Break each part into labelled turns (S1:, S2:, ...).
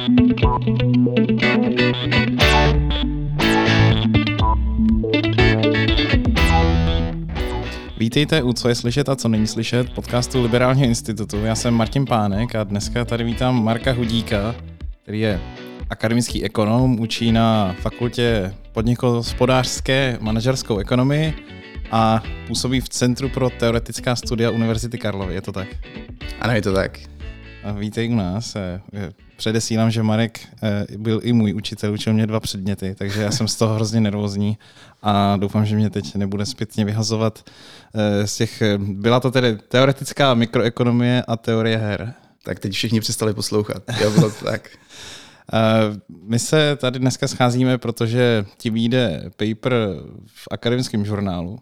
S1: Vítejte u Co je slyšet a co není slyšet podcastu Liberálního institutu. Já jsem Martin Pánek a dneska tady vítám Marka Hudíka, který je akademický ekonom, učí na fakultě podnikhospodářské manažerskou ekonomii a působí v Centru pro teoretická studia Univerzity Karlovy. Je to tak?
S2: Ano, je to tak.
S1: A vítej u nás. Předesílám, že Marek byl i můj učitel, učil mě 2 předměty, takže já jsem z toho hrozně nervózní a doufám, že mě teď nebude zpětně vyhazovat z těch... Byla to tedy teoretická mikroekonomie a teorie her.
S2: Tak teď všichni přestali poslouchat. Jo, bylo to tak.
S1: My se tady dneska scházíme, protože ti vyjde paper v akademickém žurnálu.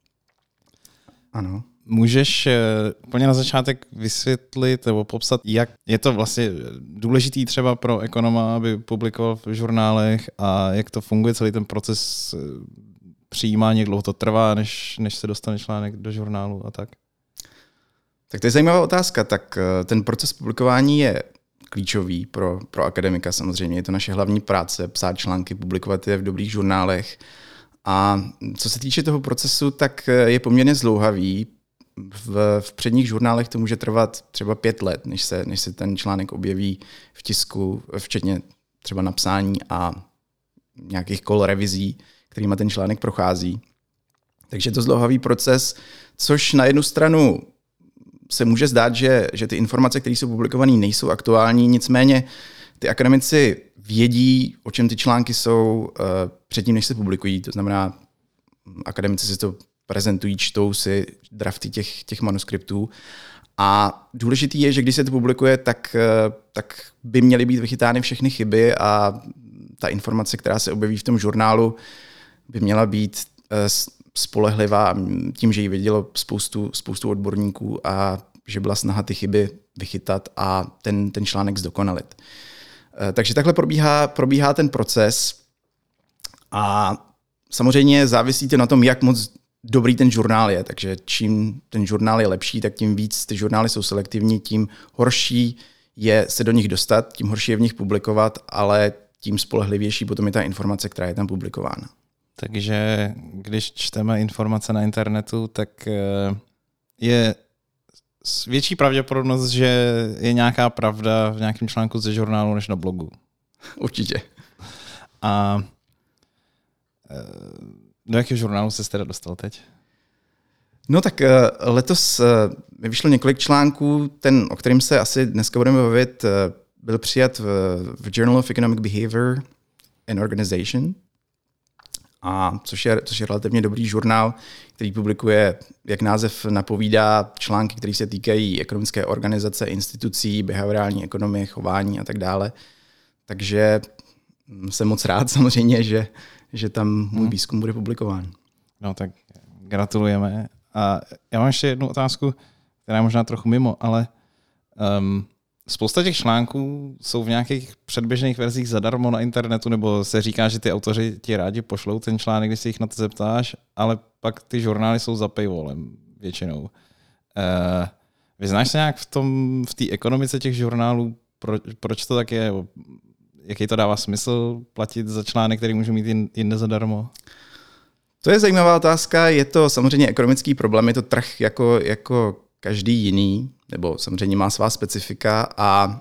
S2: Ano.
S1: Můžeš úplně na začátek vysvětlit nebo popsat, jak je to vlastně důležitý třeba pro ekonoma, aby publikoval v žurnálech a jak to funguje celý ten proces přijímání, jak dlouho to trvá, než se dostane článek do žurnálu a tak?
S2: Tak to je zajímavá otázka. Tak ten proces publikování je klíčový pro akademika samozřejmě. Je to naše hlavní práce, psát články, publikovat je v dobrých žurnálech. A co se týče toho procesu, tak je poměrně zdlouhavý. V předních žurnálech to může trvat třeba 5 let, než se ten článek objeví v tisku, včetně třeba napsání a nějakých kol revizí, kterýma ten článek prochází. Takže je to zdlouhavý proces, což na jednu stranu se může zdát, že ty informace, které jsou publikované, nejsou aktuální, nicméně ty akademici vědí, o čem ty články jsou předtím, než se publikují. To znamená, akademici si to prezentují, čtou si drafty těch manuskriptů. A důležitý je, že když se to publikuje, tak by měly být vychytány všechny chyby a ta informace, která se objeví v tom žurnálu, by měla být spolehlivá tím, že ji vědělo spoustu odborníků a že byla snaha ty chyby vychytat a ten článek zdokonalit. Takže takhle probíhá ten proces a samozřejmě závisí to na tom, jak moc dobrý ten žurnál je. Takže čím ten žurnál je lepší, tak tím víc ty žurnály jsou selektivní, tím horší je se do nich dostat, tím horší je v nich publikovat, ale tím spolehlivější potom je ta informace, která je tam publikována.
S1: Takže když čteme informace na internetu, tak je větší pravděpodobnost, že je nějaká pravda v nějakém článku ze žurnálu než na blogu. Určitě. A do jakého žurnálu jsi teda dostal teď?
S2: No tak letos mi vyšlo několik článků, ten, o kterém se asi dneska budeme bavit, byl přijat v Journal of Economic Behavior and Organization, což je relativně dobrý žurnál, který publikuje, jak název napovídá, články, které se týkají ekonomické organizace, institucí, behaviorální ekonomie, chování a tak dále. Takže jsem moc rád samozřejmě, že tam můj výzkum bude publikován.
S1: No tak gratulujeme. A já mám ještě jednu otázku, která je možná trochu mimo, ale spousta těch článků jsou v nějakých předběžných verzích zadarmo na internetu, nebo se říká, že ty autoři ti rádi pošlou ten článek, když se jich na to zeptáš, ale pak ty žurnály jsou za paywallem většinou. Vyznáš se nějak v té ekonomice těch žurnálů, proč to tak je? Jaký to dává smysl platit za článek, který můžu mít jinde zadarmo?
S2: To je zajímavá otázka. Je to samozřejmě ekonomický problém, je to trh jako každý jiný, nebo samozřejmě má svá specifika a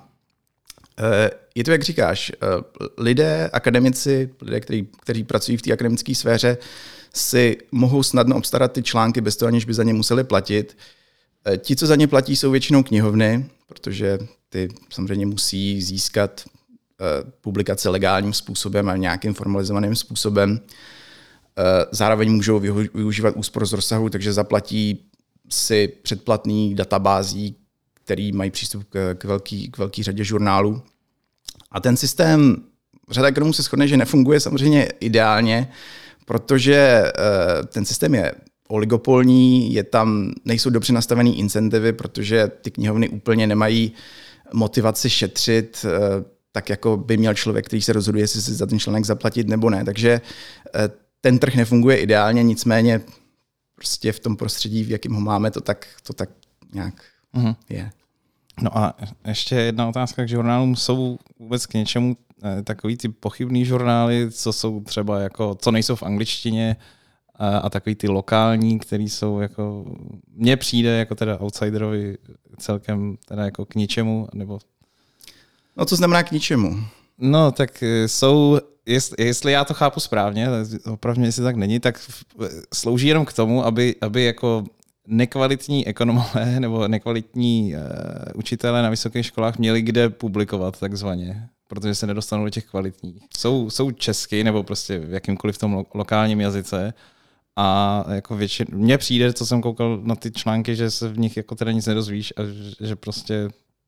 S2: je to, jak říkáš, lidé, akademici, lidé, kteří pracují v té akademické sféře, si mohou snadno obstarat ty články bez toho, aniž by za ně museli platit. Ti, co za ně platí, jsou většinou knihovny, protože ty samozřejmě musí získat publikace legálním způsobem a nějakým formalizovaným způsobem. Zároveň můžou využívat úspor z rozsahu, takže zaplatí si předplatný databází, který mají přístup k velký řadě žurnálů. A ten systém, řada ekonomů se shodne, že nefunguje samozřejmě ideálně, protože ten systém je oligopolní, nejsou dobře nastavený incentivy, protože ty knihovny úplně nemají motivaci šetřit, tak jako by měl člověk, který se rozhoduje, jestli si za ten článek zaplatit nebo ne. Takže ten trh nefunguje ideálně, nicméně prostě v tom prostředí, v jakém ho máme, to tak nějak je.
S1: No a ještě jedna otázka k žurnálům. Jsou vůbec k něčemu takový ty pochybný žurnály, co jsou třeba jako, co nejsou v angličtině a takový ty lokální, který jsou jako, mně přijde jako teda outsiderovi celkem teda jako k ničemu, nebo...
S2: No co znamená k ničemu?
S1: No tak jsou, jestli já to chápu správně, opravdu jestli tak není, tak slouží jenom k tomu, aby jako nekvalitní ekonomové nebo nekvalitní učitelé na vysokých školách měli kde publikovat takzvaně, protože se nedostanou do těch kvalitních. Jsou česky nebo prostě v jakýmkoliv tom lokálním jazyce a jako mně přijde, co jsem koukal na ty články, že se v nich jako teda nic nedozvíš a že prostě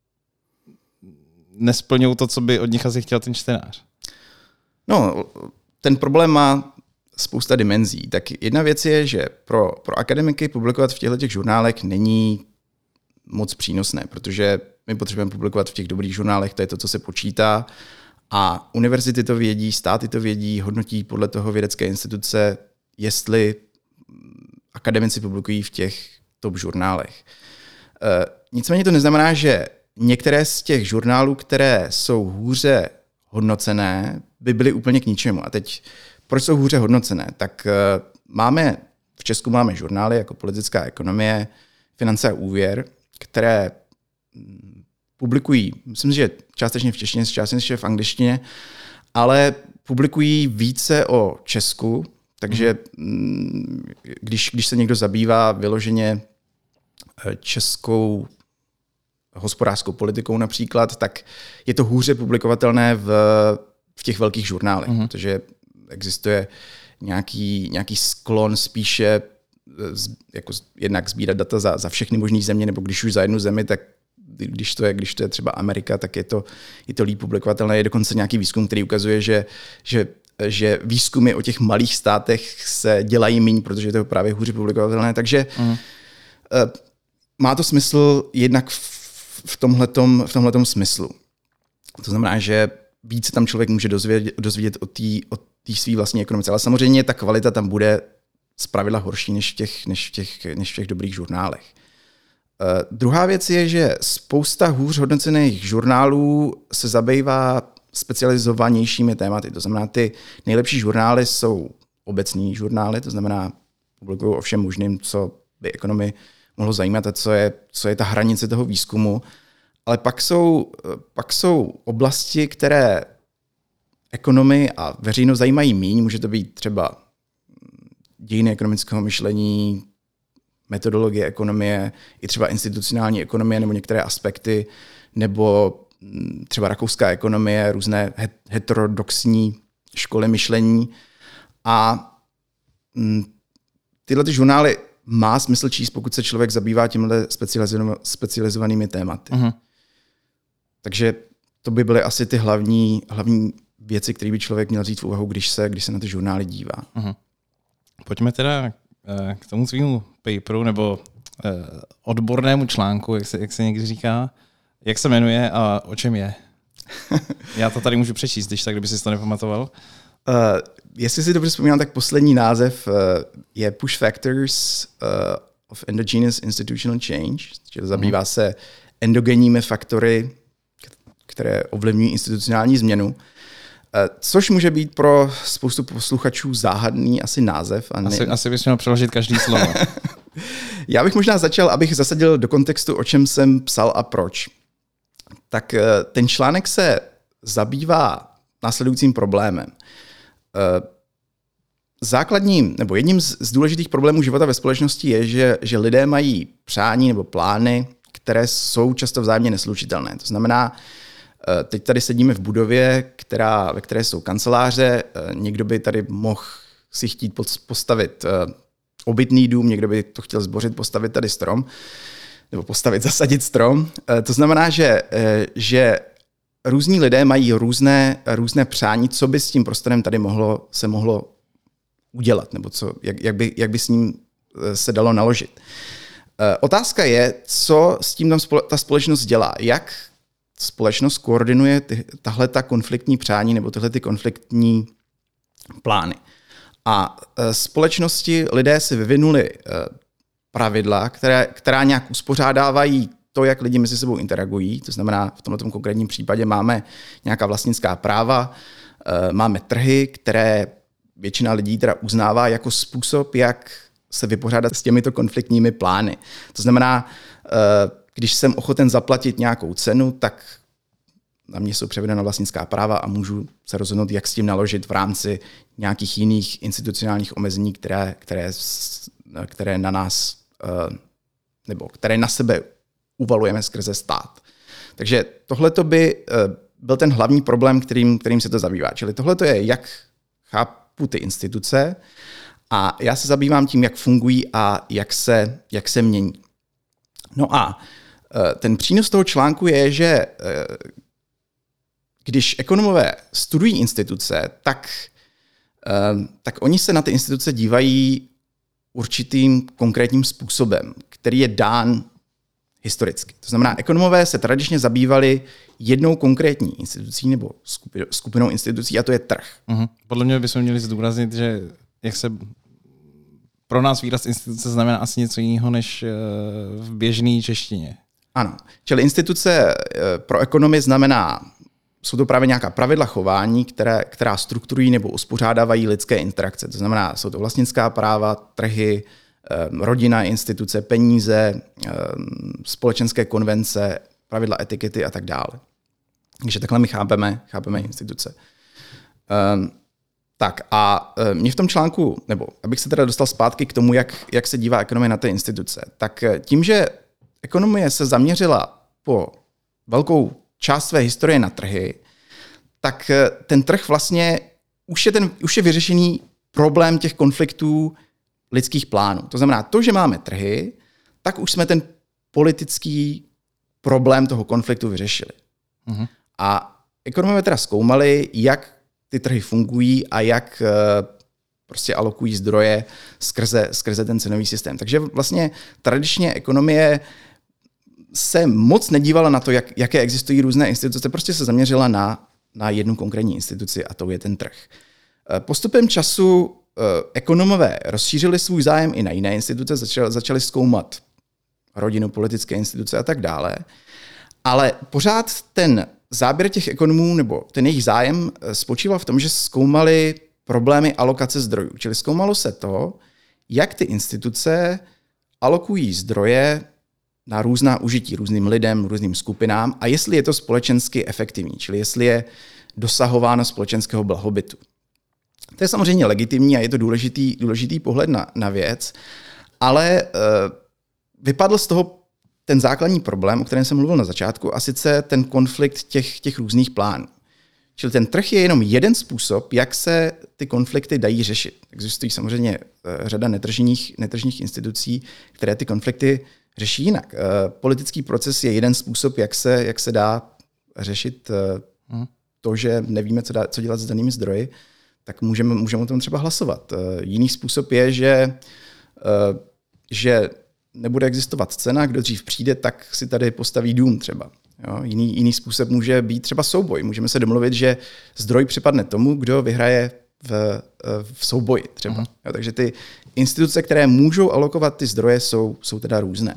S1: nesplňují to, co by od nich asi chtěl ten čtenář.
S2: No, ten problém má spousta dimenzí. Tak jedna věc je, že pro akademiky publikovat v těchto žurnálech není moc přínosné, protože my potřebujeme publikovat v těch dobrých žurnálech, to je to, co se počítá a univerzity to vědí, státy to vědí, hodnotí podle toho vědecké instituce, jestli akademici publikují v těch top žurnálech. Nicméně to neznamená, že některé z těch žurnálů, které jsou hůře hodnocené, by byly úplně k ničemu. A teď, proč jsou hůře hodnocené? Tak v Česku máme žurnály jako Politická ekonomie, Finance a úvěr, které publikují, myslím, že částečně v češtině, částečně v angličtině, ale publikují více o Česku, takže když se někdo zabývá vyloženě českou hospodářskou politikou například, tak je to hůře publikovatelné v těch velkých žurnálech, protože existuje nějaký sklon spíše jako jednak sbírat data za všechny možné země, nebo když už za jednu zemi, tak když to je třeba Amerika, tak je to líp publikovatelné. Je dokonce nějaký výzkum, který ukazuje, že výzkumy o těch malých státech se dělají míň, protože je to právě hůře publikovatelné. Takže má to smysl jednak v tomhletom smyslu. To znamená, že více tam člověk může dozvědět o té své vlastní ekonomice. Ale samozřejmě ta kvalita tam bude zpravidla horší než v těch dobrých žurnálech. Druhá věc je, že spousta hůř hodnocených žurnálů se zabývá specializovanějšími tématy. To znamená, ty nejlepší žurnály jsou obecní žurnály, to znamená, publikují o všem možným, co by ekonomy mohlo zajímat a co je ta hranice toho výzkumu. Ale pak jsou oblasti, které ekonomy a veřejnost zajímají míň. Může to být třeba dějiny ekonomického myšlení, metodologie ekonomie, i třeba institucionální ekonomie nebo některé aspekty, nebo třeba rakouská ekonomie, různé heterodoxní školy myšlení. A tyhle ty žurnály má smysl číst, pokud se člověk zabývá těmhle specializovanými tématy. Takže to by byly asi ty hlavní věci, které by člověk měl vzít v úvahu, když se na ty žurnály dívá.
S1: Pojďme teda k tomu svýmu paperu, nebo odbornému článku, jak se někdy říká. Jak se jmenuje a o čem je? Já to tady můžu přečíst, když tak, kdyby si to nepamatoval.
S2: Jestli si dobře vzpomínám, tak poslední název je Push Factors of Endogenous Institutional Change, čili zabývá se endogenními faktory, které ovlivňují institucionální změnu, což může být pro spoustu posluchačů záhadný asi název.
S1: Asi bys měl přeložit každý slovo.
S2: Já bych možná začal, abych zasadil do kontextu, o čem jsem psal a proč. Tak ten článek se zabývá následujícím problémem. Základním nebo jedním z důležitých problémů života ve společnosti je, že lidé mají přání nebo plány, které jsou často vzájemně neslučitelné. To znamená, teď tady sedíme v budově, ve které jsou kanceláře, někdo by tady mohl si chtít postavit obytný dům, někdo by to chtěl zbořit, postavit tady strom, nebo zasadit strom. To znamená, že různí lidé mají různé přání, co by s tím prostorem tady se mohlo udělat, nebo jak by s ním se dalo naložit. Otázka je, co s tím ta společnost dělá. Jak společnost koordinuje tahle konfliktní přání nebo tyhle konfliktní plány. A společnosti lidé si vyvinuli pravidla, která nějak uspořádávají to, jak lidi mezi sebou interagují, to znamená v tomto konkrétním případě máme nějaká vlastnická práva, máme trhy, které většina lidí teda uznává jako způsob, jak se vypořádat s těmito konfliktními plány. To znamená, když jsem ochoten zaplatit nějakou cenu, tak na mě jsou převedena vlastnická práva a můžu se rozhodnout, jak s tím naložit v rámci nějakých jiných institucionálních omezení, které na nás nebo které na sebe uvalujeme skrze stát. Takže tohleto by byl ten hlavní problém, kterým se to zabývá. Čili tohleto je, jak chápu ty instituce a já se zabývám tím, jak fungují a jak se mění. No a ten přínos toho článku je, že když ekonomové studují instituce, tak oni se na ty instituce dívají určitým konkrétním způsobem, který je dán historicky. To znamená, ekonomové se tradičně zabývali jednou konkrétní institucí nebo skupinou institucí a to je trh.
S1: Podle mě bychom měli zdůraznit, že jak se pro nás výraz instituce znamená asi něco jiného než v běžné češtině.
S2: Ano, čili instituce pro ekonomy jsou to právě nějaká pravidla chování, která strukturují nebo uspořádávají lidské interakce. To znamená, jsou to vlastnická práva, trhy, rodina, instituce, peníze, společenské konvence, pravidla etikety a tak dále. Takže takhle my chápeme instituce. Tak a mě v tom článku, nebo abych se teda dostal zpátky k tomu, jak se dívá ekonomie na ty instituce, tak tím, že ekonomie se zaměřila po velkou část své historie na trhy, tak ten trh vlastně už je vyřešený problém těch konfliktů lidských plánů. To znamená, to, že máme trhy, tak už jsme ten politický problém toho konfliktu vyřešili. A ekonomové teda zkoumali, jak ty trhy fungují a jak prostě alokují zdroje skrze ten cenový systém. Takže vlastně tradičně ekonomie se moc nedívala na to, jaké existují různé instituce, prostě se zaměřila na jednu konkrétní instituci a to je ten trh. Postupem času ekonomové rozšířili svůj zájem i na jiné instituce, začali zkoumat rodinu, politické instituce a tak dále, ale pořád ten záběr těch ekonomů nebo ten jejich zájem spočíval v tom, že zkoumali problémy alokace zdrojů. Čili zkoumalo se to, jak ty instituce alokují zdroje na různá užití různým lidem, různým skupinám a jestli je to společensky efektivní, čili jestli je dosahováno společenského blahobytu. To je samozřejmě legitimní a je to důležitý pohled na věc, ale vypadl z toho ten základní problém, o kterém jsem mluvil na začátku, a sice ten konflikt těch různých plánů. Čili ten trh je jenom jeden způsob, jak se ty konflikty dají řešit. Existují samozřejmě řada netržních institucí, které ty konflikty řeší jinak. Politický proces je jeden způsob, jak se dá řešit to, že nevíme, co dělat s danými zdroji, tak můžeme o tom třeba hlasovat. Jiný způsob je, že nebude existovat cena, kdo dřív přijde, tak si tady postaví dům třeba. Jo? Jiný způsob může být třeba souboj. Můžeme se domluvit, že zdroj připadne tomu, kdo vyhraje v souboji třeba. Jo? Takže ty instituce, které můžou alokovat ty zdroje, jsou teda různé.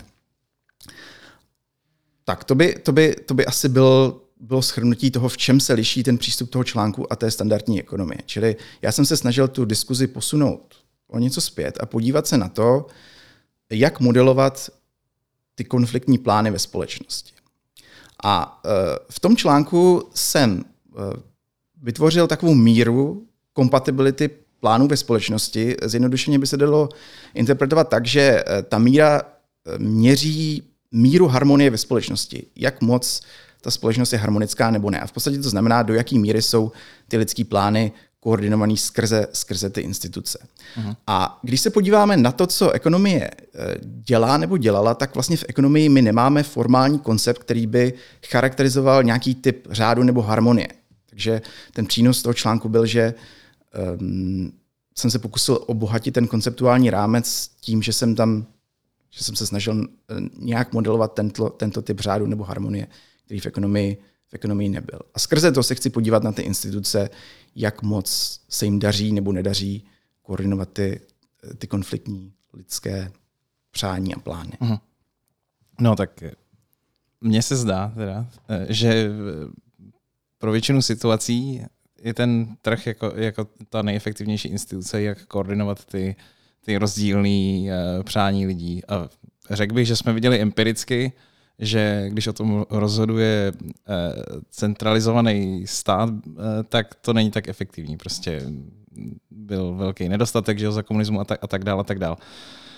S2: Tak to by asi bylo shrnutí toho, v čem se liší ten přístup toho článku a té standardní ekonomie. Čili já jsem se snažil tu diskuzi posunout o něco zpět a podívat se na to, jak modelovat ty konfliktní plány ve společnosti. A v tom článku jsem vytvořil takovou míru kompatibility plánů ve společnosti. Zjednodušeně by se dalo interpretovat tak, že ta míra měří míru harmonie ve společnosti. Jak moc ta společnost je harmonická nebo ne. A v podstatě to znamená, do jaké míry jsou ty lidský plány koordinovaný skrze ty instituce. A když se podíváme na to, co ekonomie dělá nebo dělala, tak vlastně v ekonomii my nemáme formální koncept, který by charakterizoval nějaký typ řádu nebo harmonie. Takže ten přínos toho článku byl, že jsem se pokusil obohatit ten konceptuální rámec tím, že jsem se snažil nějak modelovat tento typ řádu nebo harmonie, který v ekonomii nebyl. A skrze to se chci podívat na ty instituce, jak moc se jim daří nebo nedaří koordinovat ty konfliktní lidské přání a plány.
S1: No tak mně se zdá teda, že pro většinu situací je ten trh jako ta nejefektivnější instituce, jak koordinovat ty rozdílné přání lidí. A řekl bych, že jsme viděli empiricky, že když o tom rozhoduje centralizovaný stát, tak to není tak efektivní. Prostě byl velký nedostatek, že za komunismu a tak dál a tak dál.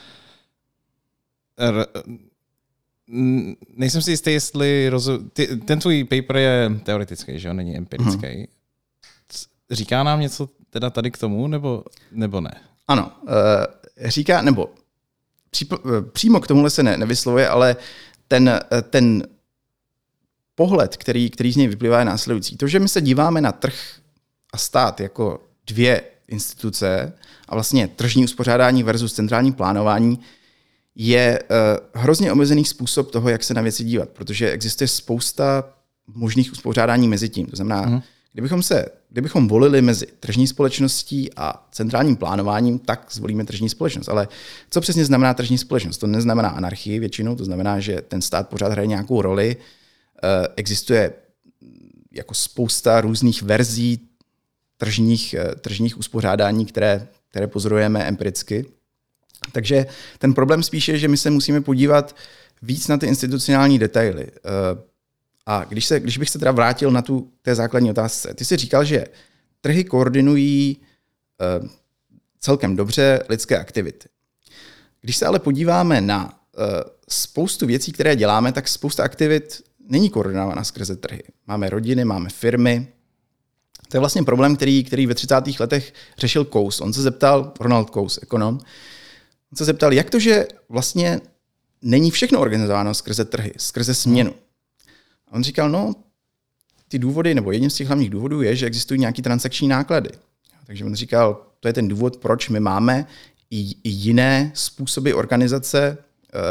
S1: Nejsem si jistý, jestli ten tvůj paper je teoretický, že jo, není empirický. Říká nám něco teda tady k tomu, nebo ne?
S2: Ano, říká, nebo přímo k tomuhle se nevyslovuje, ale ten pohled, který z něj vyplývá, je následující. To, že my se díváme na trh a stát jako dvě instituce a vlastně tržní uspořádání versus centrální plánování, je hrozně omezený způsob toho, jak se na věci dívat, protože existuje spousta možných uspořádání mezi tím. To znamená, kdybychom volili mezi tržní společností a centrálním plánováním, tak zvolíme tržní společnost. Ale co přesně znamená tržní společnost? To neznamená anarchii většinou, to znamená, že ten stát pořád hraje nějakou roli. Existuje jako spousta různých verzí tržních uspořádání, které pozorujeme empiricky. Takže ten problém spíše je, že my se musíme podívat víc na ty institucionální detaily. A když bych se teda vrátil na té základní otázce. Ty jsi říkal, že trhy koordinují celkem dobře lidské aktivity. Když se ale podíváme na spoustu věcí, které děláme, tak spousta aktivit není koordinována skrze trhy. Máme rodiny, máme firmy. To je vlastně problém, který ve 30. letech řešil Coase. On se zeptal, Ronald Coase, ekonom, on se zeptal, jak to, že vlastně není všechno organizováno skrze trhy, skrze směnu. A on říkal, ty důvody, nebo jedním z těch hlavních důvodů je, že existují nějaké transakční náklady. Takže on říkal, to je ten důvod, proč my máme i jiné způsoby organizace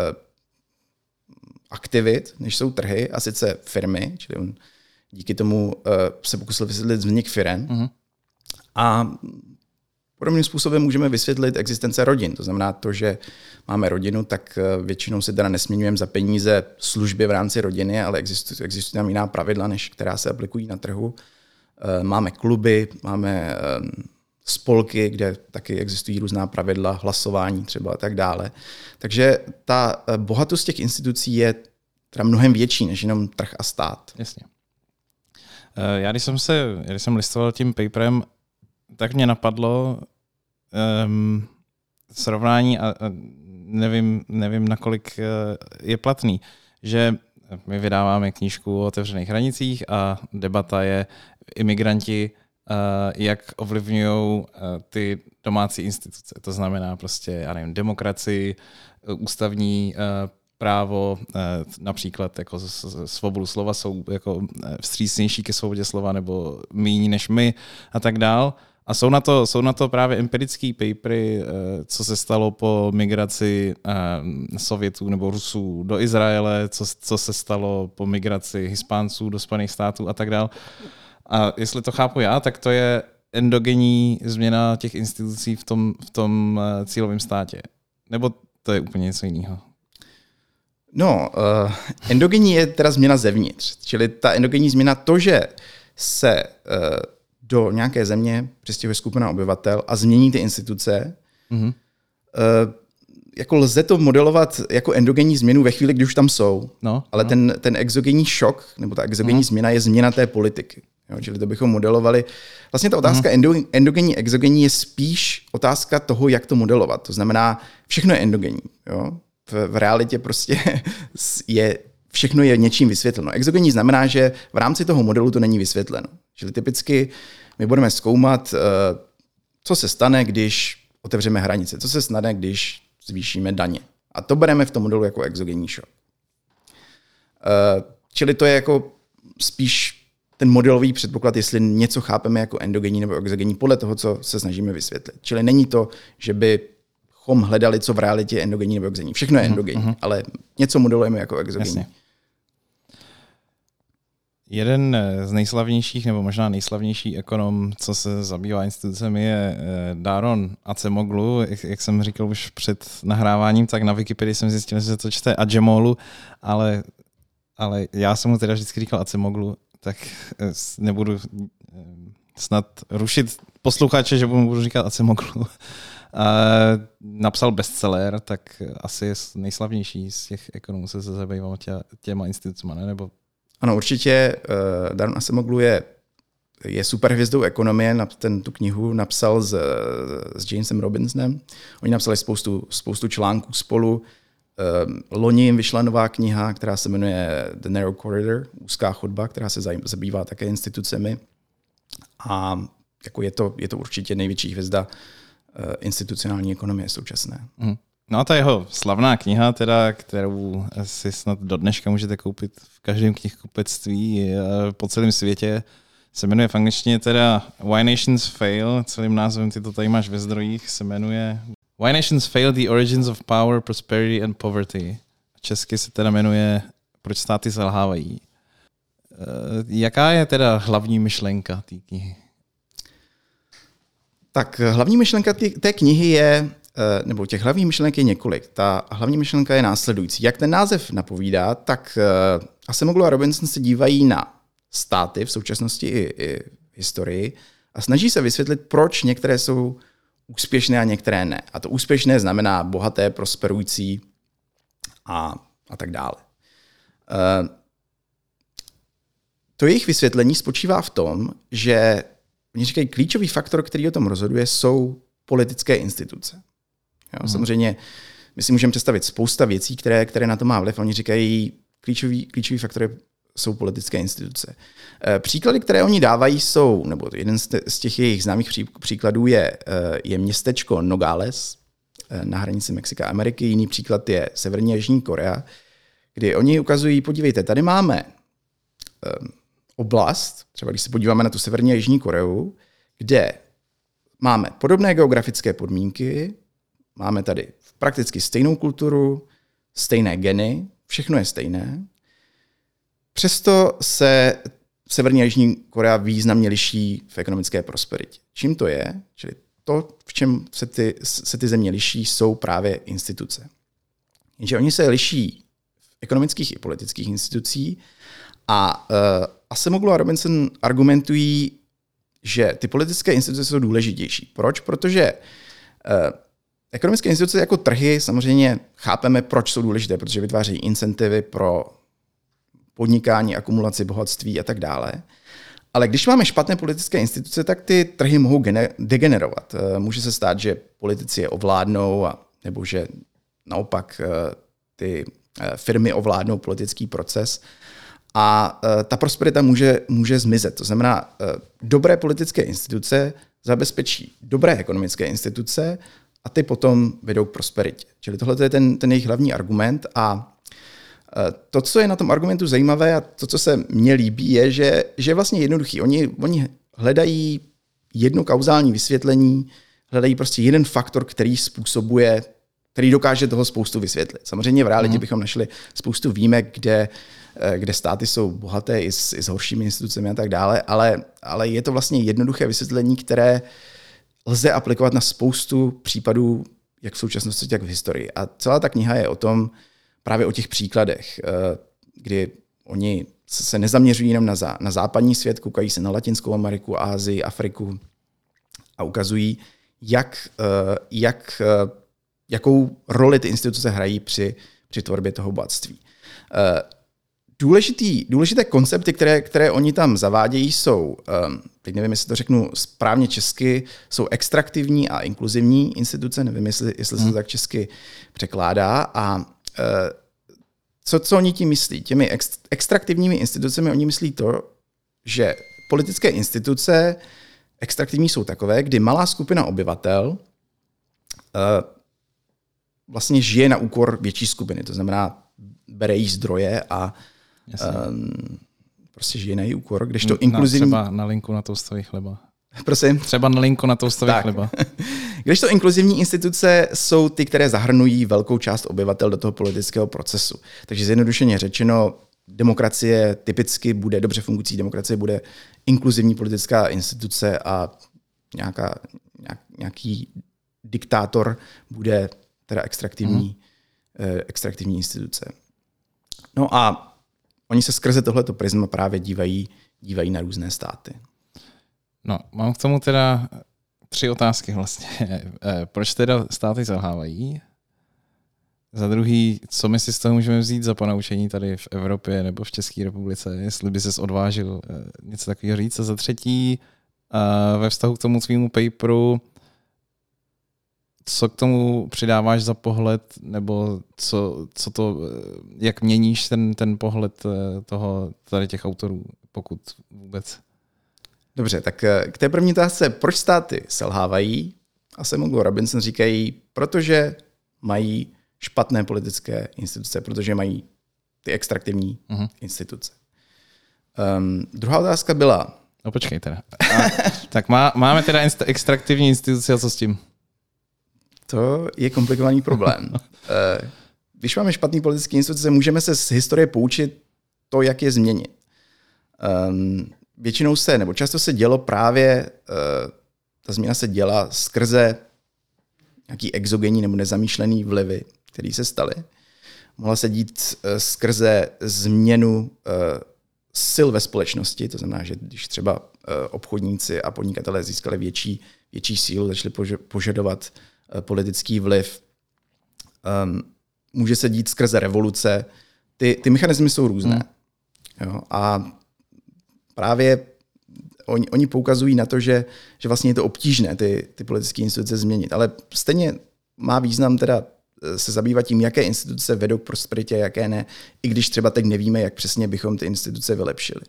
S2: aktivit, než jsou trhy, a sice firmy, čili on díky tomu se pokusil vysvětlit vznik firem. Mm-hmm. A podobným způsobem můžeme vysvětlit existence rodin. To znamená to, že máme rodinu, tak většinou si teda nesměňujeme za peníze služby v rámci rodiny, ale existují tam jiná pravidla, než která se aplikují na trhu. Máme kluby, máme spolky, kde taky existují různá pravidla, hlasování třeba a tak dále. Takže ta bohatost těch institucí je teda mnohem větší, než jenom trh a stát.
S1: Jasně. Já když jsem listoval tím paperem, tak mě napadlo srovnání a nevím, nakolik je platný, že my vydáváme knížku o otevřených hranicích a debata je imigranti, jak ovlivňují ty domácí instituce. To znamená prostě, já nevím, demokracii, ústavní právo, například jako svobodu slova jsou jako vstřícnější ke svobodě slova nebo míň než my a tak dál. A jsou na to právě empirické papery, co se stalo po migraci Sovětů nebo Rusů do Izraele, co se stalo po migraci Hispánců do Spojených států a tak dál. A jestli to chápu já, tak to je endogenní změna těch institucí v tom cílovém státě. Nebo to je úplně něco jiného?
S2: Endogenní je teda změna zevnitř. Čili ta endogenní změna, to, že se do nějaké země přistěhuje skupina obyvatel a změní ty instituce, jako lze to modelovat jako endogenní změnu ve chvíli, kdy už tam jsou. Ale ten exogenní šok, nebo ta exogenní změna je změna té politiky. Jo, čili to bychom modelovali. Vlastně ta otázka endogenní, exogenní je spíš otázka toho, jak to modelovat. To znamená, všechno je endogenní. Jo? V realitě prostě všechno je něčím vysvětleno. Exogenní znamená, že v rámci toho modelu to není vysvětleno. Čili typicky my budeme zkoumat, co se stane, když otevřeme hranice, co se stane, když zvýšíme daně. A to bereme v tom modelu jako exogenní šok. Čili to je jako spíš ten modelový předpoklad, jestli něco chápeme jako endogenní nebo exogenní, podle toho, co se snažíme vysvětlit. Čili není to, že bychom hledali, co v realitě je endogenní nebo exogenní. Všechno je endogenní, ale něco modelujeme jako exogenní.
S1: Jasně. Jeden z nejslavnějších, nebo možná nejslavnější ekonom, co se zabývá institucemi, je Daron Acemoglu. Jak jsem říkal už před nahráváním, tak na Wikipedii jsem zjistil, že se to čte Acemoglu, ale ale já jsem mu teda vždycky říkal Acemoglu, tak nebudu snad rušit posluchače, že mu budu říkat Acemoglu. Napsal bestseller, tak asi je nejslavnější z těch ekonomů, se zabýval těma institucemi, ne? Nebo...
S2: Ano, určitě Daron Acemoglu je superhvězdou ekonomie, tu knihu napsal s Jamesem Robinsonem. Oni napsali spoustu článků spolu. Loni jim vyšla nová kniha, která se jmenuje The Narrow Corridor, úzká chodba, která se zabývá také institucemi. A jako je to určitě největší hvězda institucionální ekonomie současné.
S1: No a ta jeho slavná kniha, teda, kterou si snad do dneška můžete koupit v každém knihkupectví po celém světě, se jmenuje v angličtině teda Why Nations Fail, celým názvem, ty to tady máš ve zdrojích, se jmenuje Why Nations Fail, The Origins of Power, Prosperity and Poverty. Česky se teda jmenuje Proč státy selhávají. Jaká je teda hlavní myšlenka té knihy?
S2: Tak hlavní myšlenka té knihy je, nebo těch hlavních myšlenek je několik. Ta hlavní myšlenka je následující. Jak ten název napovídá, tak Acemoglu a Robinson se dívají na státy v současnosti i historii a snaží se vysvětlit, proč některé jsou úspěšné a některé ne. A to úspěšné znamená bohaté, prosperující a tak dále. To jejich vysvětlení spočívá v tom, že oni říkají, klíčový faktor, který o tom rozhoduje, jsou politické instituce. Jo, samozřejmě my si můžeme představit spousta věcí, které na to má vliv. Oni říkají, klíčový faktor jsou politické instituce. Příklady, které oni dávají, jsou, nebo jeden z těch jejich známých příkladů je městečko Nogales na hranici Mexika a Ameriky. Jiný příklad je Severní a Jižní Korea, kdy oni ukazují, podívejte, tady máme oblast, třeba když se podíváme na tu Severní a Jižní Koreu, kde máme podobné geografické podmínky, máme tady prakticky stejnou kulturu, stejné geny, všechno je stejné. Přesto se Severní a Jižní Korea významně liší v ekonomické prosperitě. Čím to je? Čili to, v čem se ty země liší, jsou právě instituce. Jenže oni se liší v ekonomických i politických institucí a Acemoglu a Robinson argumentují, že ty politické instituce jsou důležitější. Proč? Protože ekonomické instituce jako trhy samozřejmě chápeme, proč jsou důležité, protože vytvářejí incentivy pro podnikání, akumulaci bohatství a tak dále. Ale když máme špatné politické instituce, tak ty trhy mohou degenerovat. Může se stát, že politici je ovládnou, nebo že naopak ty firmy ovládnou politický proces a ta prosperita může zmizet. To znamená, dobré politické instituce zabezpečí dobré ekonomické instituce a ty potom vedou k prosperitě. Čili tohle je ten jejich hlavní argument a to, co je na tom argumentu zajímavé a to, co se mně líbí, je, že je vlastně jednoduchý. Oni hledají jedno kauzální vysvětlení, hledají prostě jeden faktor, který dokáže toho spoustu vysvětlit. Samozřejmě v realitě bychom našli spoustu výjimek, kde státy jsou bohaté i s horšími institucemi a tak dále, ale je to vlastně jednoduché vysvětlení, které lze aplikovat na spoustu případů, jak v současnosti, tak v historii. A celá ta kniha je o tom, právě o těch příkladech, kdy oni se nezaměřují jenom na západní svět, koukají se na Latinskou Ameriku, Asii, Afriku a ukazují, jakou roli ty instituce hrají při tvorbě toho bohatství. Důležité koncepty, které oni tam zavádějí, jsou, teď nevím, jestli to řeknu správně česky, jsou extraktivní a inkluzivní instituce, nevím, jestli se to tak česky překládá. A co oni tím myslí? Těmi extraktivními institucemi oni myslí to, že politické instituce extraktivní jsou takové, kdy malá skupina obyvatel vlastně žije na úkor větší skupiny. To znamená, bere jí zdroje a prostě žije na její úkor. Kdežto inkluzivní...
S1: Třeba na linku na toastový chleba.
S2: Prosím?
S1: Třeba na linku na toastový chleba.
S2: Kdežto inkluzivní instituce jsou ty, které zahrnují velkou část obyvatel do toho politického procesu. Takže zjednodušeně řečeno, demokracie typicky bude, dobře fungující demokracie bude inkluzivní politická instituce a nějaký diktátor bude teda extraktivní instituce. No a oni se skrze tohleto prisma právě dívají na různé státy.
S1: No, mám k tomu teda 3 otázky vlastně. Proč teda státy selhávají? Za druhý, co my si z toho můžeme vzít za ponaučení tady v Evropě nebo v České republice, jestli by ses odvážil něco takového říct. A za třetí, ve vztahu k tomu svýmu paperu, co k tomu přidáváš za pohled, nebo co to, jak měníš ten pohled tady těch autorů, pokud vůbec?
S2: Dobře, tak k té první otázce, proč státy selhávají? A Samuel Robinson říkají, protože mají špatné politické instituce, protože mají ty extraktivní instituce. Druhá otázka byla...
S1: No počkej teda. Tak máme teda extraktivní instituce a co s tím?
S2: To je komplikovaný problém. Když máme špatný politické instituce, můžeme se z historie poučit to, jak je změnit. Většinou nebo často se dělo právě, ta změna se děla skrze nějaký exogenní nebo nezamýšlený vlivy, které se staly. Mohla se dít skrze změnu sil ve společnosti, to znamená, že když třeba obchodníci a podnikatelé získali větší sílu, začali požadovat politický vliv. Může se dít skrze revoluce. Ty mechanismy jsou různé. Jo? A právě oni poukazují na to, že vlastně je to obtížné ty politické instituce změnit. Ale stejně má význam teda se zabývat tím, jaké instituce vedou k prosperitě, jaké ne, i když třeba teď nevíme, jak přesně bychom ty instituce vylepšili.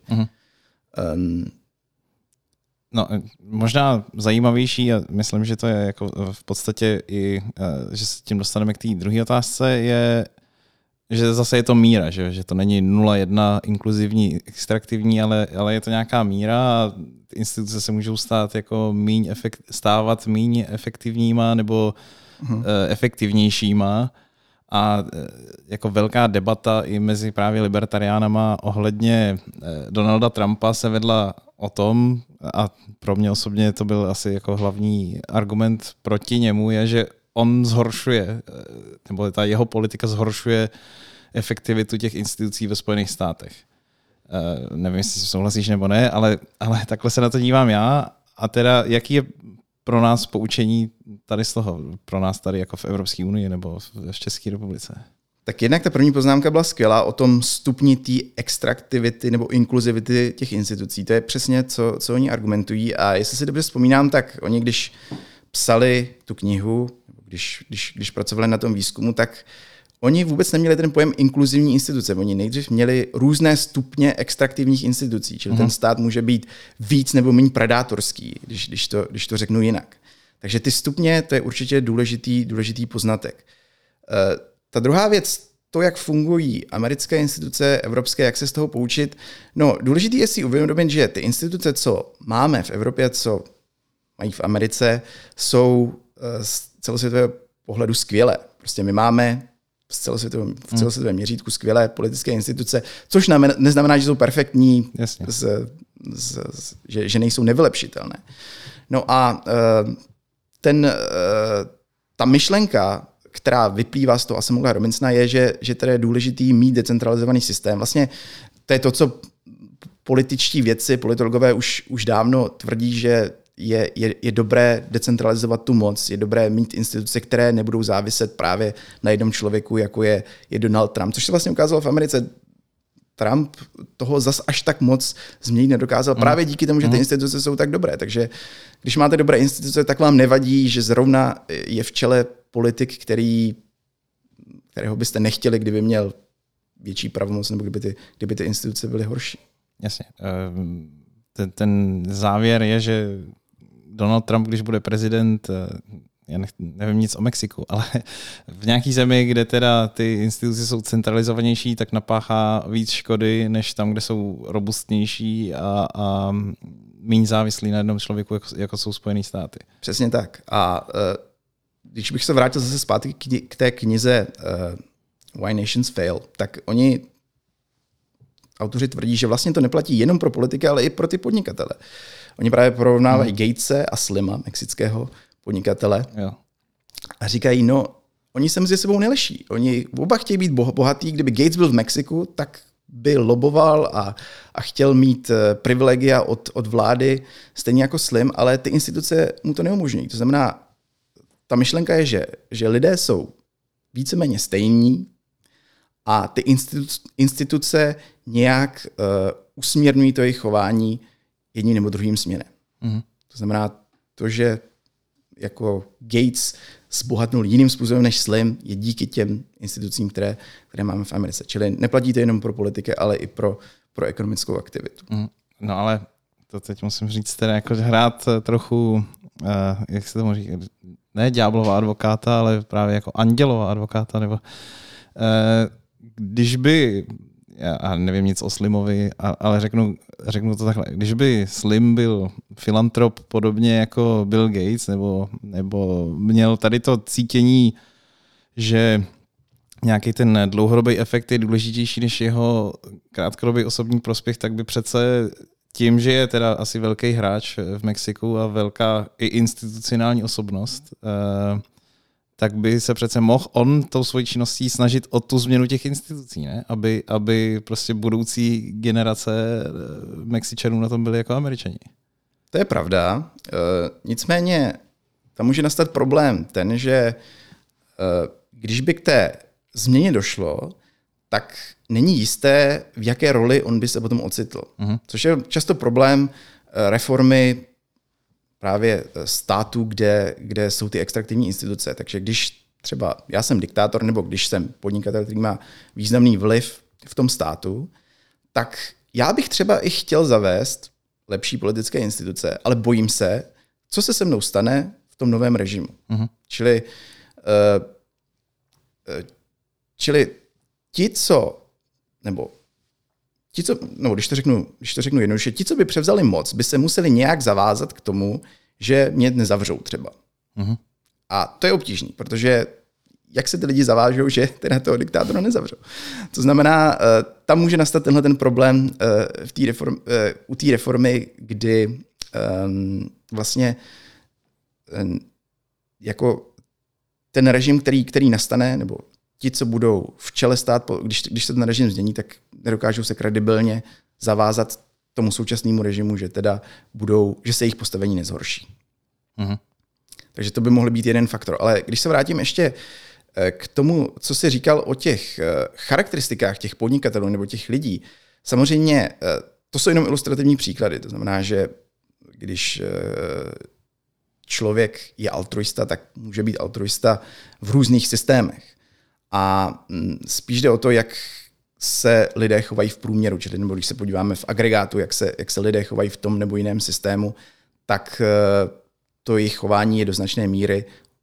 S1: No, možná zajímavější, a myslím, že to je jako v podstatě i, že se tím dostaneme k té druhé otázce, je, že zase je to míra, že to není 0,1 inkluzivní, extraktivní, ale je to nějaká míra a instituce se můžou stávat míň efektivníma nebo efektivnějšíma. A jako velká debata i mezi právě libertariánama ohledně Donalda Trumpa se vedla o tom, a pro mě osobně to byl asi jako hlavní argument proti němu, je, že on zhoršuje, nebo ta jeho politika zhoršuje efektivitu těch institucí ve Spojených státech. Nevím, jestli souhlasíš nebo ne, ale takhle se na to dívám já. A teda, jaký je pro nás poučení tady z toho, pro nás tady jako v Evropské unii nebo v České republice?
S2: Tak jednak ta první poznámka byla skvělá o tom stupni té extraktivity nebo inkluzivity těch institucí. To je přesně, co oni argumentují. A jestli si dobře vzpomínám, tak oni, když psali tu knihu, když pracovali na tom výzkumu, tak oni vůbec neměli ten pojem inkluzivní instituce. Oni nejdřív měli různé stupně extraktivních institucí, čili ten stát může být víc nebo méně predátorský, když to řeknu jinak. Takže ty stupně, to je určitě důležitý poznatek. Ta druhá věc, to, jak fungují americké instituce, evropské, jak se z toho poučit. No, důležité je si uvědomit, že ty instituce, co máme v Evropě, co mají v Americe, jsou z celosvětového pohledu skvělé. Prostě my máme v celosvětovém měřítku skvělé politické instituce, což neznamená, že jsou perfektní, že nejsou nevylepšitelné. No a ta myšlenka, která vyplývá z toho Samuela Robinsona, je, že tady je důležitý mít decentralizovaný systém. Vlastně to je to, co političtí vědci, politologové už dávno tvrdí, že je dobré decentralizovat tu moc, je dobré mít instituce, které nebudou záviset právě na jednom člověku, jako je Donald Trump, což se vlastně ukázalo v Americe. Trump toho zas až tak moc změnit nedokázal právě díky tomu, že ty instituce jsou tak dobré. Takže když máte dobré instituce, tak vám nevadí, že zrovna je v čele politik, kterého byste nechtěli, kdyby měl větší pravomoc nebo kdyby ty instituce byly horší.
S1: Jasně. Ten závěr je, že Donald Trump, když bude prezident, já nevím nic o Mexiku, ale v nějaký zemi, kde teda ty instituce jsou centralizovanější, tak napáchá víc škody, než tam, kde jsou robustnější a méně závislí na jednom člověku, jako jsou Spojené státy.
S2: Přesně tak. A když bych se vrátil zase zpátky k té knize Why Nations Fail, tak oni autoři tvrdí, že vlastně to neplatí jenom pro politiky, ale i pro ty podnikatele. Oni právě porovnávají Gatese a Slima, mexického podnikatele.
S1: Jo.
S2: A říkají, no, oni se mezi sebou neliší. Oni oba chtějí být bohatý. Kdyby Gates byl v Mexiku, tak by loboval a chtěl mít privilegia od vlády, stejně jako Slim, ale ty instituce mu to neumožňují. To znamená, ta myšlenka je, že lidé jsou víceméně stejní a ty instituce nějak usměrňují to jejich chování jedním nebo druhým směrem. To znamená, to, že jako Gates zbohatnul jiným způsobem než Slim, je díky těm institucím, které máme v Americe. Čili neplatí to jenom pro politiky, ale i pro ekonomickou aktivitu.
S1: No ale to teď musím říct, teda jako hrát trochu, jak se tomu říká, ne ďáblova advokáta, ale právě jako andělova advokáta, nebo když by, já nevím nic o Slimovi, ale řeknu to takhle, když by Slim byl filantrop podobně jako Bill Gates, nebo měl tady to cítění, že nějaký ten dlouhodobý efekt je důležitější než jeho krátkodobý osobní prospěch, tak by přece tím, že je teda asi velký hráč v Mexiku a velká i institucionální osobnost, tak by se přece mohl on tou svojí činností snažit o tu změnu těch institucí, ne? Aby prostě budoucí generace Mexičanů na tom byly jako Američani.
S2: To je pravda. Nicméně tam může nastat problém ten, že když by k té změně došlo, tak není jisté, v jaké roli on by se potom ocitl. Což je často problém reformy právě států, kde jsou ty extraktivní instituce. Takže když třeba já jsem diktátor, nebo když jsem podnikatel, který má významný vliv v tom státu, tak já bych třeba i chtěl zavést lepší politické instituce, ale bojím se, co se mnou stane v tom novém režimu. Čili ti, co, když to řeknu jednoduše, ti, co by převzali moc, by se museli nějak zavázat k tomu, že mě nezavřou třeba. A to je obtížný, protože jak se ty lidi zavážou, že teda toho diktátora nezavřou. To znamená, tam může nastat tenhle ten problém u té reformy, kdy vlastně jako ten režim, který nastane, nebo ti, co budou v čele stát, když se ten režim změní, tak nedokážou se kredibilně zavázat tomu současnému režimu, že se jejich postavení nezhorší. Takže to by mohl být jeden faktor. Ale když se vrátím ještě k tomu, co jsi říkal o těch charakteristikách těch podnikatelů nebo těch lidí, samozřejmě to jsou jenom ilustrativní příklady. To znamená, že když člověk je altruista, tak může být altruista v různých systémech. A spíš jde o to, jak se lidé chovají v průměru, čili nebo když se podíváme v agregátu, jak se lidé chovají v tom nebo jiném systému, tak to jejich chování je do značné míry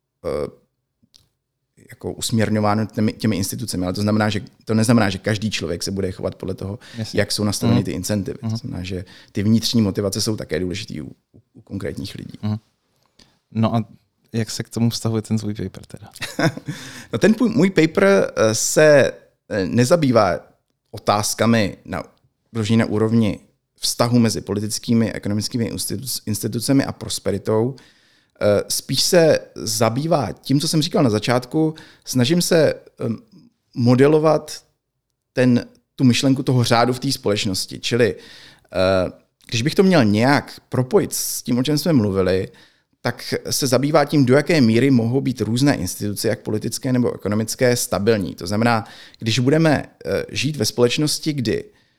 S2: jako usměrňováno těmi institucemi. Ale to neznamená, že každý člověk se bude chovat podle toho, jak jsou nastaveny ty incentivy. To znamená, že ty vnitřní motivace jsou také důležitý u konkrétních lidí.
S1: No a jak se k tomu vztahuje ten svůj paper teda?
S2: No ten můj paper se nezabývá otázkami na úrovni vztahu mezi politickými a ekonomickými institucemi a prosperitou. Spíš se zabývá tím, co jsem říkal na začátku, snažím se modelovat tu myšlenku toho řádu v té společnosti. Čili když bych to měl nějak propojit s tím, o čem jsme mluvili, tak se zabývá tím, do jaké míry mohou být různé instituce, jak politické nebo ekonomické, stabilní. To znamená, když budeme žít ve společnosti, kdy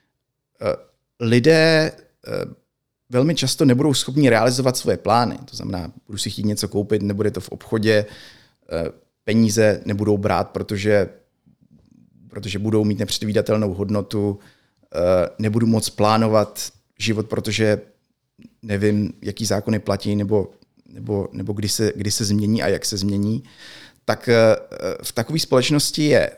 S2: lidé velmi často nebudou schopni realizovat svoje plány, to znamená, budu si chtít něco koupit, nebude to v obchodě, peníze nebudou brát, protože budou mít nepředvídatelnou hodnotu, nebudu moc plánovat život, protože nevím, jaký zákony platí, nebo kdy se změní a jak se změní, tak v takové společnosti je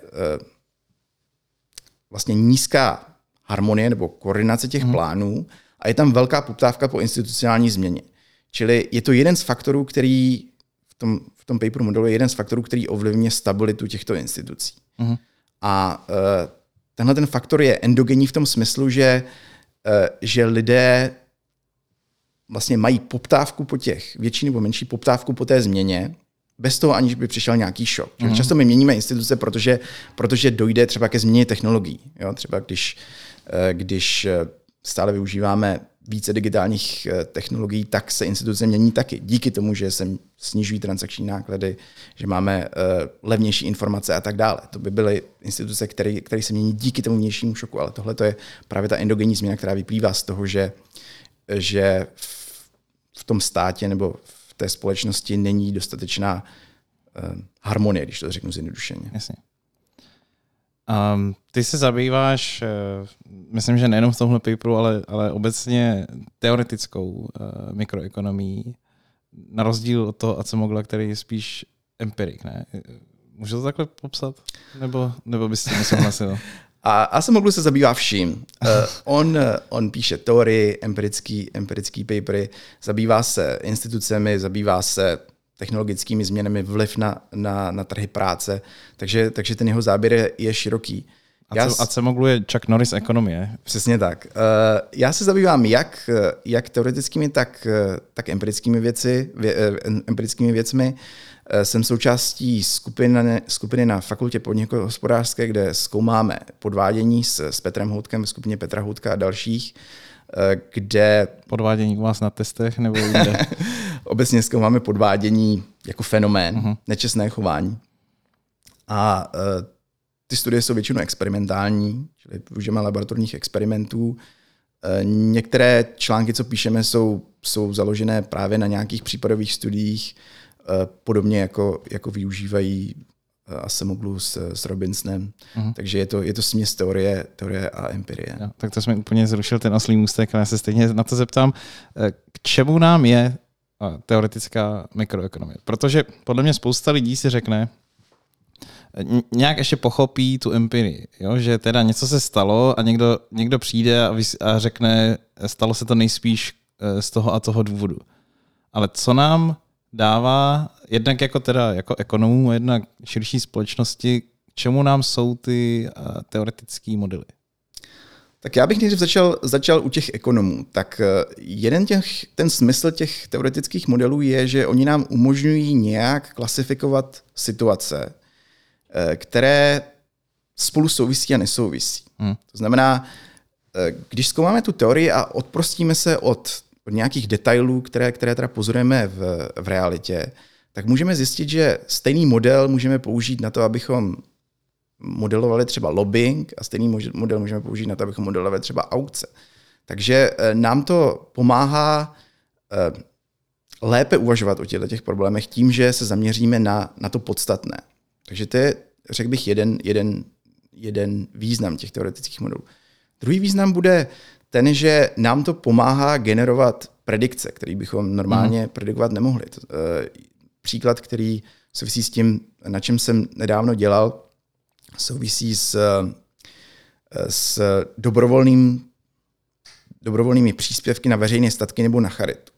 S2: vlastně nízká harmonie nebo koordinace těch plánů a je tam velká poptávka po institucionální změně. Čili je to jeden z faktorů, který v tom paperu modelu je jeden z faktorů, který ovlivňuje stabilitu těchto institucí. A tenhle ten faktor je endogenní v tom smyslu, že lidé vlastně mají poptávku po větší nebo menší poptávku po té změně bez toho, aniž by přišel nějaký šok. Často my měníme instituce, protože dojde třeba ke změně technologií. Jo? Třeba když stále využíváme více digitálních technologií, tak se instituce mění taky. Díky tomu, že se snižují transakční náklady, že máme levnější informace a tak dále. To by byly instituce, které se mění díky tomu vnějšímu šoku, ale tohle to je právě ta endogenní změna, která vyplývá z toho, že v tom státě nebo v té společnosti není dostatečná harmonie, když to řeknu zjednodušeně.
S1: Jasně. Ty se zabýváš, myslím, že nejenom v tomhle paperu, ale obecně teoretickou mikroekonomií, na rozdíl od toho Acemogla, který je spíš empirik, ne? Můžu to takhle popsat? Nebo bys s tím nesouhlasil?
S2: A Acemoglu se zabývá vším. On píše teorii, empirický papery, zabývá se institucemi, zabývá se technologickými změnami, vliv na trhy práce, takže ten jeho záběr je široký.
S1: Acemoglu je Chuck Norris ekonomie.
S2: Přesně tak. Já se zabývám jak teoretickými, tak empirickými věcmi. Jsem součástí skupiny na fakultě podnikohospodářské, kde zkoumáme podvádění s Petrem Houtkem v skupině Petra Houtka a dalších, kde...
S1: Podvádění u vás na testech nebo jinde?
S2: Obecně zkoumáme podvádění jako fenomén, nečestné chování. A ty studie jsou většinou experimentální, čili využijeme laboratorních experimentů. Některé články, co píšeme, jsou založené právě na nějakých případových studiích, podobně jako využívají Acemoglu s Robinsonem. Takže je to směs teorie a empirie.
S1: Jo, tak to jsme úplně zrušil ten oslý můstek, ale já se stejně na to zeptám, k čemu nám je teoretická mikroekonomie? Protože podle mě spousta lidí si řekne, nějak ještě pochopí tu empirii, jo? Že teda něco se stalo a někdo přijde a řekne, stalo se to nejspíš z toho a toho důvodu. Ale co nám dává, jednak jako ekonomům a jednak širší společnosti, k čemu nám jsou ty teoretické modely?
S2: Tak já bych nejdřív začal u těch ekonomů. Tak ten smysl těch teoretických modelů je, že oni nám umožňují nějak klasifikovat situace, které spolu souvisí a nesouvisí. To znamená, když zkoumáme tu teorii a odprostíme se od nějakých detailů, které teda pozorujeme v realitě, tak můžeme zjistit, že stejný model můžeme použít na to, abychom modelovali třeba lobbying a stejný model můžeme použít na to, abychom modelovali třeba aukce. Takže nám to pomáhá lépe uvažovat o těch problémech tím, že se zaměříme na to podstatné. Takže to je, řekl bych, jeden význam těch teoretických modelů. Druhý význam bude ten, že nám to pomáhá generovat predikce, které bychom normálně predikovat nemohli. Příklad, který souvisí s tím, na čem jsem nedávno dělal, souvisí s dobrovolnými příspěvky na veřejné statky nebo na charitu.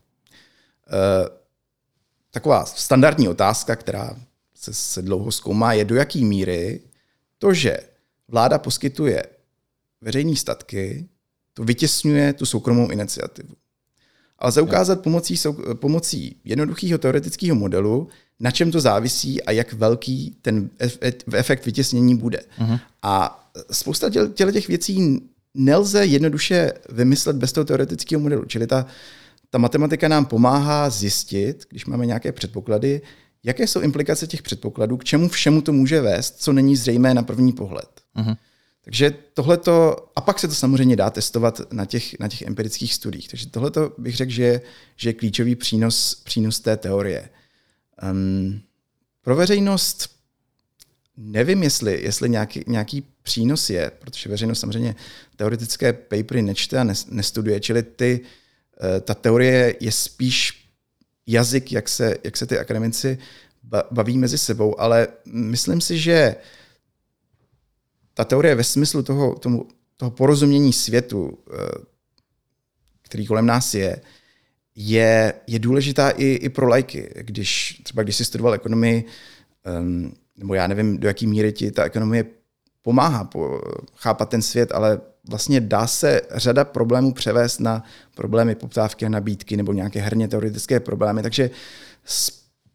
S2: Taková standardní otázka, která se dlouho zkoumá, je, do jaké míry to, že vláda poskytuje veřejné statky, to vytěsňuje tu soukromou iniciativu. Ale lze ukázat pomocí jednoduchého teoretického modelu, na čem to závisí a jak velký ten efekt vytěsnění bude. A spousta těch věcí nelze jednoduše vymyslet bez toho teoretického modelu. Čili ta matematika nám pomáhá zjistit, když máme nějaké předpoklady, jaké jsou implikace těch předpokladů, k čemu všemu to může vést, co není zřejmé na první pohled. Takže tohleto, a pak se to samozřejmě dá testovat na těch empirických studiích. Takže tohleto bych řekl, že je klíčový přínos té teorie. Pro veřejnost nevím, jestli nějaký přínos je, protože veřejnost samozřejmě teoretické papery nečte a nestuduje, čili ta teorie je spíš jazyk, jak se ty akademici baví mezi sebou, ale myslím si, že ta teorie ve smyslu toho porozumění světu, který kolem nás je důležitá i pro laiky. Když jsi studoval ekonomii, nebo já nevím, do jaký míry ti ta ekonomie pomáhá chápat ten svět, ale vlastně dá se řada problémů převést na problémy poptávky a nabídky nebo nějaké herně teoretické problémy. Takže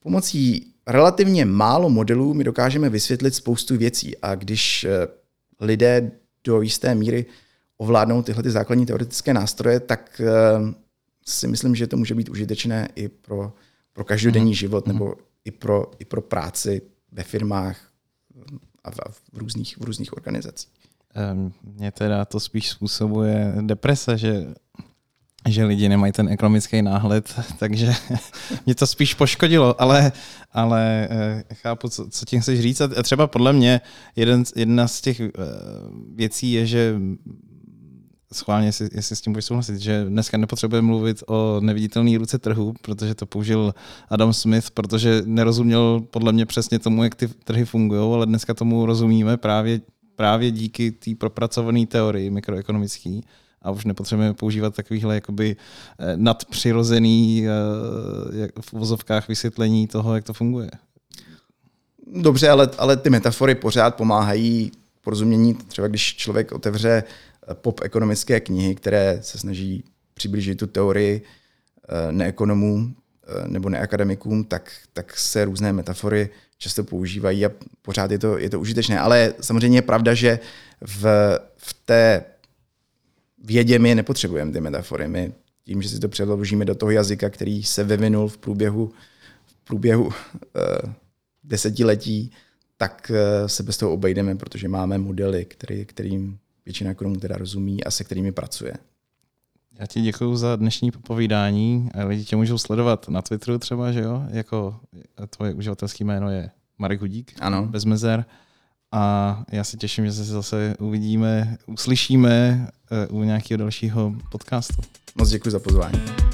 S2: pomocí relativně málo modelů my dokážeme vysvětlit spoustu věcí a když lidé do jisté míry ovládnou tyhle ty základní teoretické nástroje, tak si myslím, že to může být užitečné i pro každodenní život nebo i pro práci ve firmách a v různých organizacích.
S1: Mně teda to spíš způsobuje deprese, že lidi nemají ten ekonomický náhled, takže mě to spíš poškodilo, ale chápu, co tím chceš říct. A třeba podle mě jedna z těch věcí je, že schválně, jestli s tím budeš souhlasit, že dneska nepotřebujeme mluvit o neviditelné ruce trhu, protože to použil Adam Smith, protože nerozuměl podle mě přesně tomu, jak ty trhy fungují, ale dneska tomu rozumíme právě díky té propracované teorii mikroekonomické a už nepotřebujeme používat takovýhle jakoby nadpřirozený v uvozovkách vysvětlení toho, jak to funguje.
S2: Dobře, ale ty metafory pořád pomáhají porozumění. Třeba když člověk otevře pop ekonomické knihy, které se snaží přiblížit tu teorii neekonomům nebo neakademikům, tak se různé metafory často používají a pořád je to užitečné. Ale samozřejmě je pravda, že v té vědě my nepotřebujeme ty metafory. My tím, že si to přeložíme do toho jazyka, který se vyvinul v průběhu desetiletí, tak se bez toho obejdeme, protože máme modely, kterým většina ekonomů teda rozumí a se kterými pracuje.
S1: Já ti děkuju za dnešní povídání. Lidi tě můžou sledovat na Twitteru třeba, že jo? Jako tvoje uživatelské jméno je Marek Hudík,
S2: ano.
S1: Bez mezer. A já se těším, že se zase uslyšíme u nějakého dalšího podcastu.
S2: Moc děkuji za pozvání.